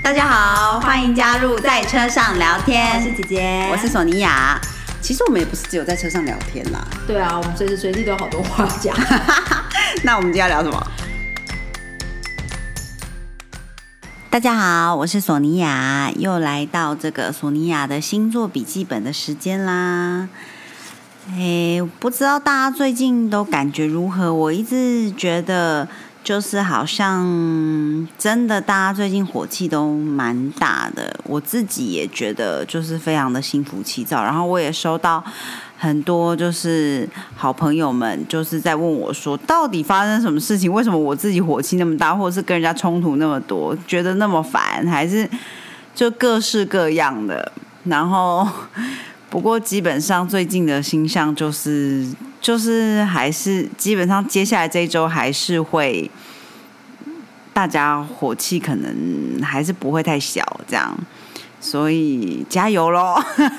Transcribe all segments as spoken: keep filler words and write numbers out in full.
大家好，欢迎加入在车上聊天。 我是姐姐， 我是索尼娅。其实我们也不是只有在车上聊天啦。 对啊，我们随时随地都有好多话讲。 那我们今天要聊什么？大家好，我是索尼娅，又来到这个索尼娅的星座笔记本的时间啦。诶，不知道大家最近都感觉如何？我一直觉得就是好像真的大家最近火气都蛮大的，我自己也觉得就是非常的心浮气躁，然后我也收到很多就是好朋友们就是在问我说，到底发生什么事情？为什么我自己火气那么大，或者是跟人家冲突那么多，觉得那么烦，还是就各式各样的。然后不过基本上最近的星象就是就是还是基本上接下来这一周还是会大家火气可能还是不会太小这样，所以加油咯。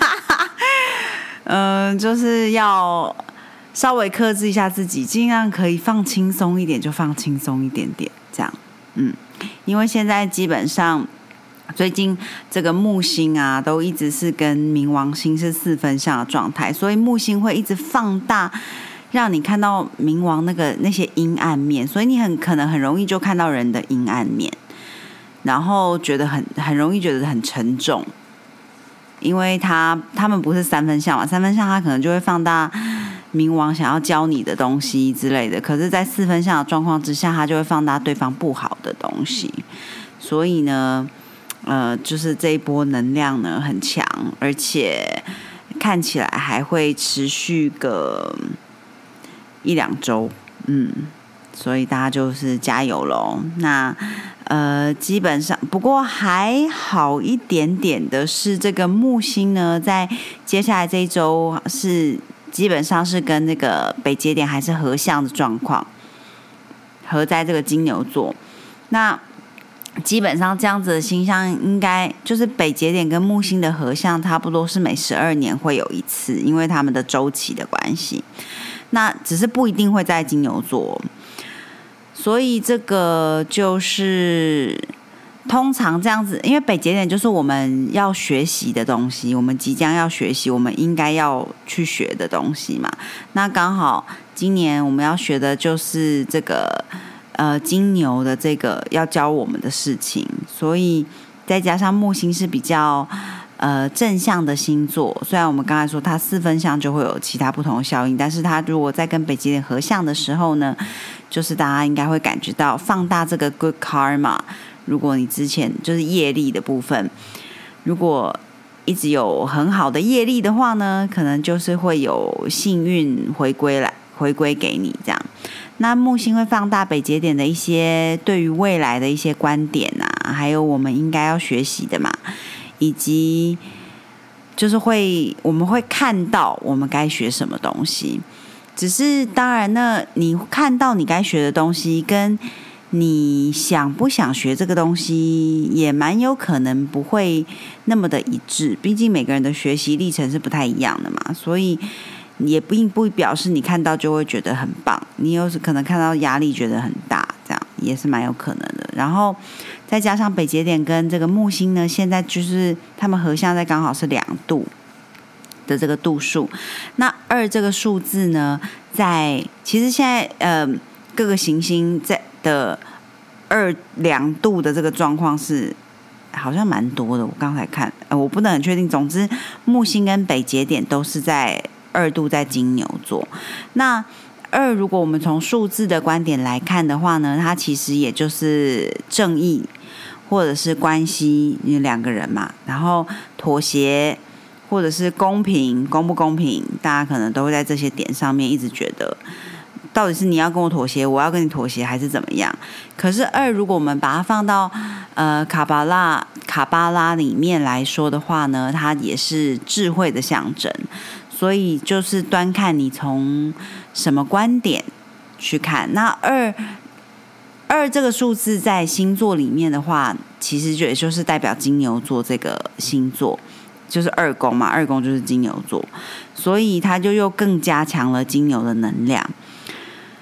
嗯、呃，就是要稍微克制一下自己，尽量可以放轻松一点就放轻松一点点这样。嗯，因为现在基本上最近这个木星啊都一直是跟冥王星是四分相的状态，所以木星会一直放大让你看到冥王那个那些阴暗面，所以你很可能很容易就看到人的阴暗面，然后觉得很很容易觉得很沉重，因为他他们不是三分相嘛，三分相他可能就会放大冥王想要教你的东西之类的，可是在四分相的状况之下，他就会放大对方不好的东西，所以呢呃，就是这一波能量呢很强，而且看起来还会持续个一两周，嗯，所以大家就是加油咯。那呃，基本上不过还好一点点的是，这个木星呢，在接下来这一周是基本上是跟那个北节点还是合相的状况，合在这个金牛座。那基本上这样子的星象应该就是北节点跟木星的合相差不多是每十二年会有一次，因为他们的周期的关系，那只是不一定会在金牛座，所以这个就是通常这样子，因为北节点就是我们要学习的东西，我们即将要学习，我们应该要去学的东西嘛。那刚好今年我们要学的就是这个呃，金牛的这个要教我们的事情，所以再加上木星是比较呃正向的星座，虽然我们刚才说它四分相就会有其他不同的效应，但是它如果在跟北极点合相的时候呢，就是大家应该会感觉到放大这个 good karma。如果你之前就是业力的部分，如果一直有很好的业力的话呢，可能就是会有幸运回归来回归给你这样。那木星会放大北节点的一些对于未来的一些观点啊，还有我们应该要学习的嘛，以及就是会我们会看到我们该学什么东西。只是当然呢，你看到你该学的东西跟你想不想学这个东西也蛮有可能不会那么的一致，毕竟每个人的学习历程是不太一样的嘛，所以也并不表示你看到就会觉得很棒，你有可能看到压力觉得很大，这样也是蛮有可能的。然后再加上北节点跟这个木星呢，现在就是他们合相在刚好是两度的这个度数。那二这个数字呢，在其实现在呃各个行星在的二两度的这个状况是好像蛮多的，我刚才看呃我不能很确定。总之木星跟北节点都是在二度在金牛座。那二如果我们从数字的观点来看的话呢，它其实也就是正义或者是关系，因为两个人嘛，然后妥协或者是公平，公不公平，大家可能都会在这些点上面一直觉得到底是你要跟我妥协，我要跟你妥协，还是怎么样。可是二如果我们把它放到呃卡巴拉卡巴拉里面来说的话呢，它也是智慧的象征，所以就是端看你从什么观点去看。那二二这个数字在星座里面的话，其实也就是代表金牛座这个星座，就是二宫嘛，二宫就是金牛座，所以它就又更加强了金牛的能量。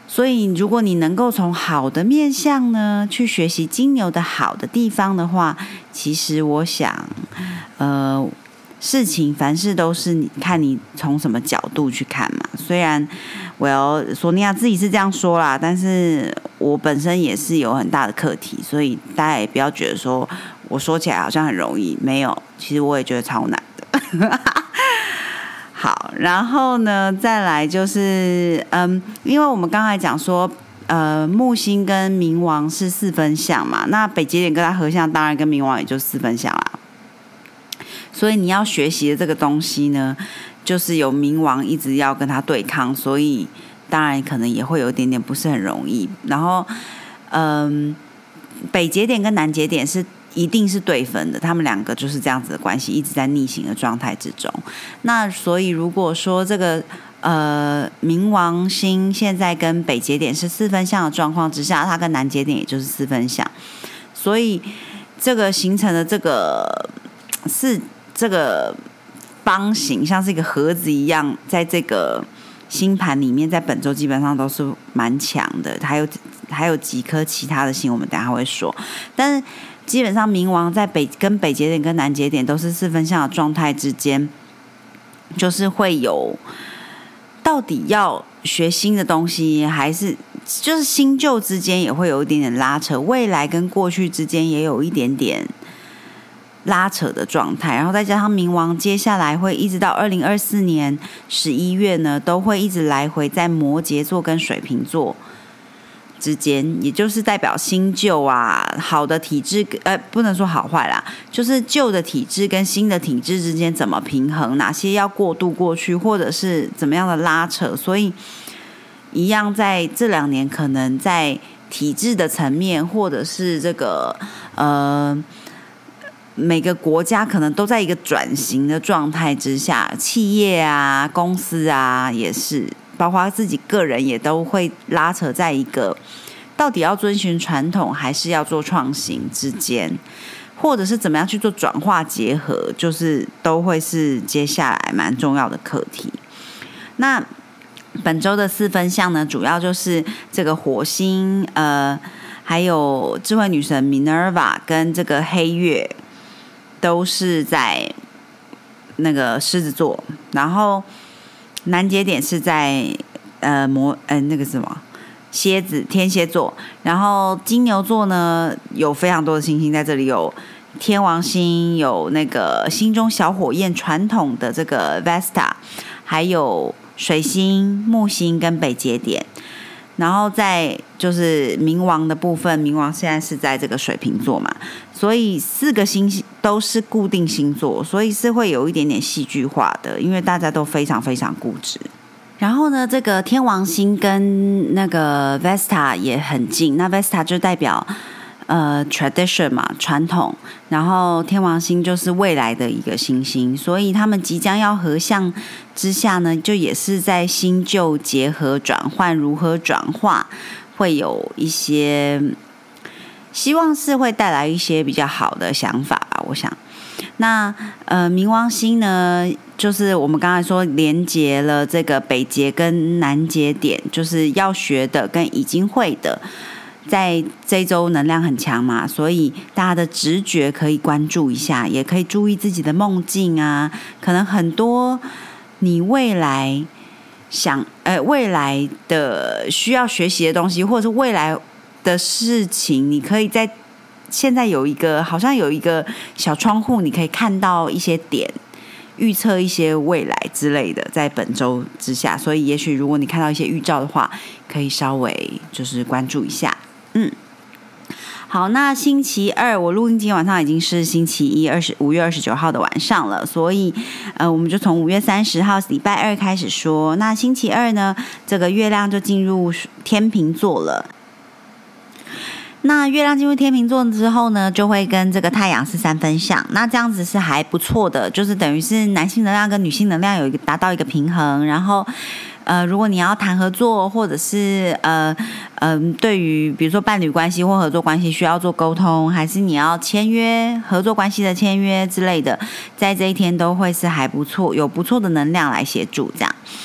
所以如果你能够从好的面向呢去学习金牛的好的地方的话，其实我想呃事情凡事都是你看你从什么角度去看嘛。虽然我要索尼娅自己是这样说啦，但是我本身也是有很大的课题，所以大家也不要觉得说我说起来好像很容易，没有，其实我也觉得超难的好，然后呢再来就是嗯，因为我们刚才讲说呃，木星跟冥王是四分相嘛，那北极点跟它合相，当然跟冥王也就四分相啦。所以你要学习的这个东西呢，就是有冥王一直要跟他对抗，所以当然可能也会有一点点不是很容易。然后，嗯，北节点跟南节点是一定是对分的，他们两个就是这样子的关系，一直在逆行的状态之中。那所以如果说这个呃冥王星现在跟北节点是四分相的状况之下，它跟南节点也就是四分相，所以这个形成的这个四。这个方形像是一个盒子一样，在这个星盘里面，在本周基本上都是蛮强的，还有还有几颗其他的星，我们等一下会说。但是基本上冥王在北跟北节点跟南节点都是四分相的状态之间，就是会有到底要学新的东西，还是就是新旧之间也会有一点点拉扯，未来跟过去之间也有一点点拉扯的状态，然后再加上冥王接下来会一直到二零二四年十一月呢，都会一直来回在摩羯座跟水瓶座之间，也就是代表新旧啊，好的体质，呃，不能说好坏啦，就是旧的体质跟新的体质之间怎么平衡，哪些要过渡过去，或者是怎么样的拉扯，所以一样在这两年可能在体制的层面，或者是这个呃。每个国家可能都在一个转型的状态之下，企业啊、公司啊也是，包括自己个人也都会拉扯在一个到底要遵循传统还是要做创新之间，或者是怎么样去做转化结合，就是都会是接下来蛮重要的课题。那本周的四分相呢，主要就是这个火星，呃，还有智慧女神 Minerva 跟这个黑月。都是在那个狮子座，然后南节点是在呃摩呃那个什么蝎子天蝎座，然后金牛座呢有非常多的星星在这里，有天王星，有那个心中小火焰传统的这个 Vesta， 还有水星、木星跟北节点。然后在就是冥王的部分，冥王现在是在这个水瓶座嘛，所以四个星都是固定星座，所以是会有一点点戏剧化的，因为大家都非常非常固执。然后呢，这个天王星跟那个 Vesta 也很近，那 Vesta 就代表呃 tradition 嘛，传统，然后天王星就是未来的一个星星，所以他们即将要合相之下呢，就也是在新旧结合转换，如何转化，会有一些希望是会带来一些比较好的想法吧，我想。那呃，冥王星呢，就是我们刚才说连接了这个北节跟南节点，就是要学的跟已经会的。在这一周能量很强嘛，所以大家的直觉可以关注一下，也可以注意自己的梦境啊，可能很多你未来想呃未来的需要学习的东西，或者是未来的事情，你可以在现在有一个好像有一个小窗户，你可以看到一些点，预测一些未来之类的，在本周之下，所以也许如果你看到一些预兆的话，可以稍微就是关注一下。嗯，好，那星期二我录音今天晚上已经是星期一，二十五月二十九号的晚上了，所以呃，我们就从五月三十号礼拜二开始说。那星期二呢，这个月亮就进入天秤座了。那月亮进入天秤座之后呢，就会跟这个太阳是三分相，那这样子是还不错的，就是等于是男性能量跟女性能量有一个达到一个平衡，然后。呃，如果你要谈合作，或者是呃嗯、呃，对于比如说伴侣关系或合作关系需要做沟通，还是你要签约合作关系的签约之类的，在这一天都会是还不错，有不错的能量来协助这样。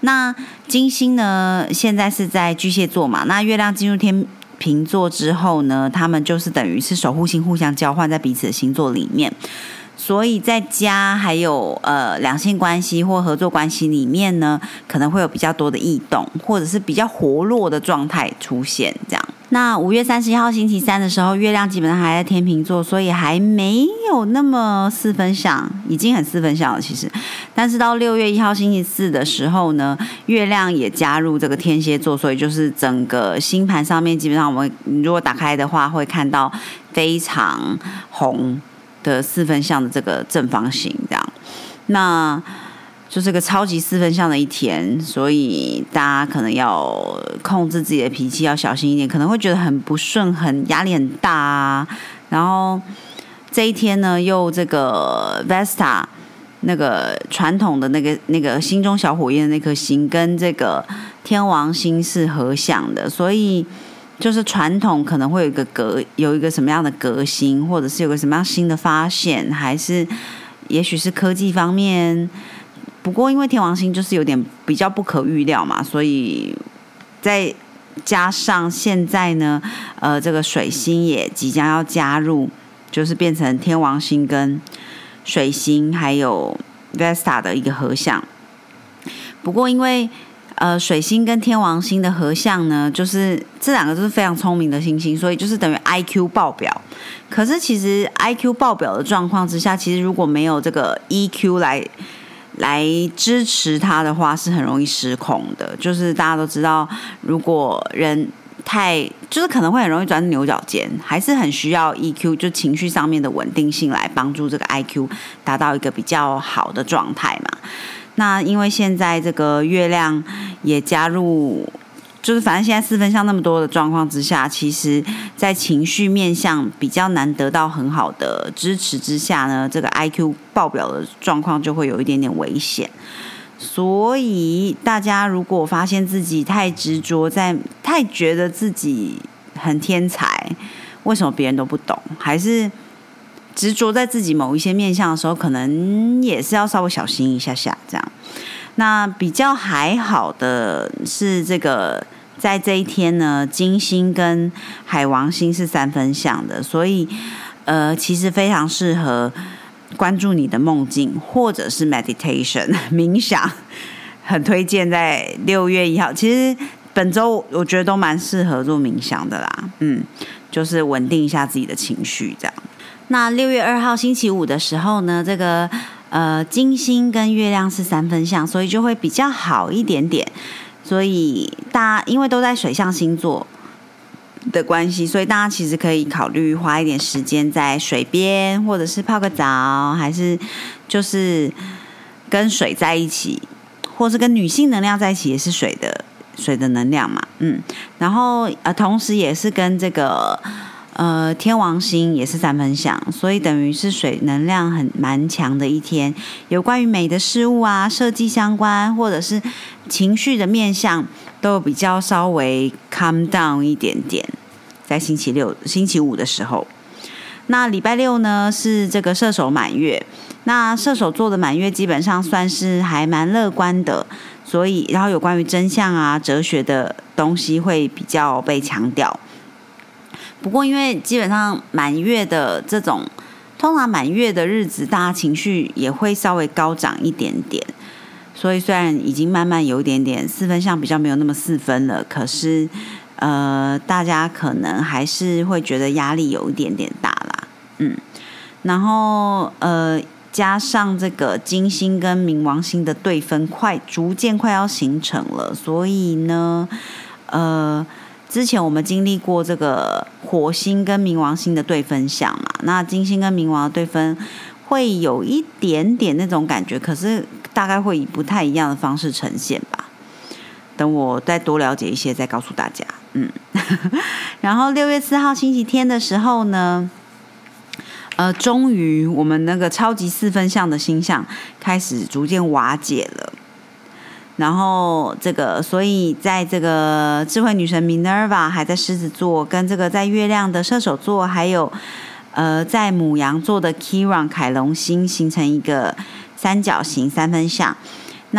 那金星呢，现在是在巨蟹座嘛，那月亮进入天秤座之后呢，他们就是等于是守护星互相交换在彼此的星座里面。所以在家还有呃两性关系或合作关系里面呢，可能会有比较多的异动，或者是比较活络的状态出现这样。那五月三十一号星期三的时候，月亮基本上还在天秤座，所以还没有那么四分相，已经很四分相了其实。但是到六月一号星期四的时候呢，月亮也加入这个天蝎座，所以就是整个星盘上面基本上我们如果打开的话，会看到非常红的四分相的这个正方形这样。那就是个超级四分相的一天，所以大家可能要控制自己的脾气，要小心一点，可能会觉得很不顺，很压力很大啊。然后这一天呢，又这个 Vesta 那个传统的那个那个心中小火焰的那颗星，跟这个天王星是合相的，所以就是传统可能会有一个革，有一个什么样的革新，或者是有个什么样新的发现，还是也许是科技方面。不过因为天王星就是有点比较不可预料嘛，所以再加上现在呢，呃，这个水星也即将要加入，就是变成天王星跟水星还有 Vesta 的一个合相。不过因为呃水星跟天王星的合相呢，就是这两个都是非常聪明的星星，所以就是等于 I Q 爆表。可是其实 I Q 爆表的状况之下，其实如果没有这个 E Q 来来支持它的话，是很容易失控的。就是大家都知道，如果人太就是可能会很容易钻牛角尖，还是很需要 E Q， 就情绪上面的稳定性来帮助这个 I Q 达到一个比较好的状态嘛。那因为现在这个月亮也加入，就是反正现在四分相那么多的状况之下，其实在情绪面向比较难得到很好的支持之下呢，这个 I Q 爆表的状况就会有一点点危险。所以大家如果发现自己太执着，在太觉得自己很天才，为什么别人都不懂，还是执着在自己某一些面向的时候，可能也是要稍微小心一下下这样。那比较还好的是这个在这一天呢，金星跟海王星是三分相的，所以呃其实非常适合关注你的梦境，或者是 meditation 冥想，很推荐在六月一号。其实本周我觉得都蛮适合做冥想的啦，嗯，就是稳定一下自己的情绪这样。那六月二号星期五的时候呢，这个呃金星跟月亮是三分相，所以就会比较好一点点。所以大家因为都在水象星座的关系，所以大家其实可以考虑花一点时间在水边，或者是泡个澡，还是就是跟水在一起，或是跟女性能量在一起，也是水的水的能量嘛，嗯，然后呃同时也是跟这个呃天王星也是三分相，所以等于是水能量很蛮强的一天。有关于美的事物啊、设计相关，或者是情绪的面向，都比较稍微 calm down 一点点。在星期六、星期五的时候，那礼拜六呢是这个射手满月。那射手座的满月基本上算是还蛮乐观的，所以然后有关于真相啊、哲学的东西会比较被强调。不过因为基本上满月的这种，通常满月的日子，大家情绪也会稍微高涨一点点。所以虽然已经慢慢有一点点四分相比较没有那么四分了，可是呃，大家可能还是会觉得压力有一点点大啦，嗯，然后呃，加上这个金星跟冥王星的对分快逐渐快要形成了，所以呢，呃，之前我们经历过这个火星跟冥王星的对分相嘛，那金星跟冥王的对分会有一点点那种感觉，可是大概会以不太一样的方式呈现吧。等我再多了解一些，再告诉大家。嗯，然后六月四号星期天的时候呢，呃，终于我们那个超级四分相的星象开始逐渐瓦解了。然后这个，所以在这个智慧女神 Minerva 还在狮子座，跟这个在月亮的射手座，还有呃在牡羊座的 Chiron 凯龙星形成一个三角形三分相。那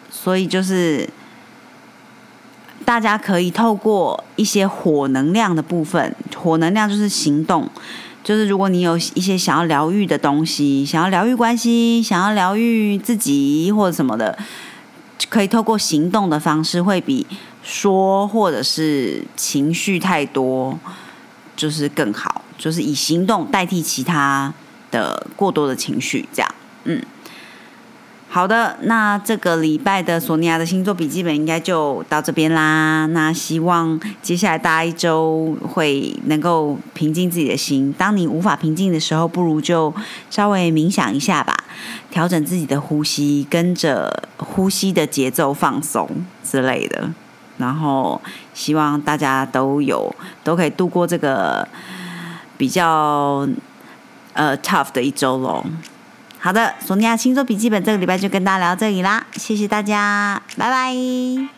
所以就是大家可以透过一些火能量的部分，火能量就是行动，就是如果你有一些想要疗愈的东西，想要疗愈关系，想要疗愈自己或者什么的，可以透过行动的方式，会比说或者是情绪太多就是更好，就是以行动代替其他的过多的情绪，这样，嗯。好的，那这个礼拜的索尼娅的星座笔记本应该就到这边啦。那希望接下来大家一周会能够平静自己的心。当你无法平静的时候，不如就稍微冥想一下吧，调整自己的呼吸，跟着呼吸的节奏放松之类的。然后希望大家都有都可以度过这个比较呃 tough 的一周咯。好的，索尼娅星座笔记本这个礼拜就跟大家聊到这里啦，谢谢大家，拜拜。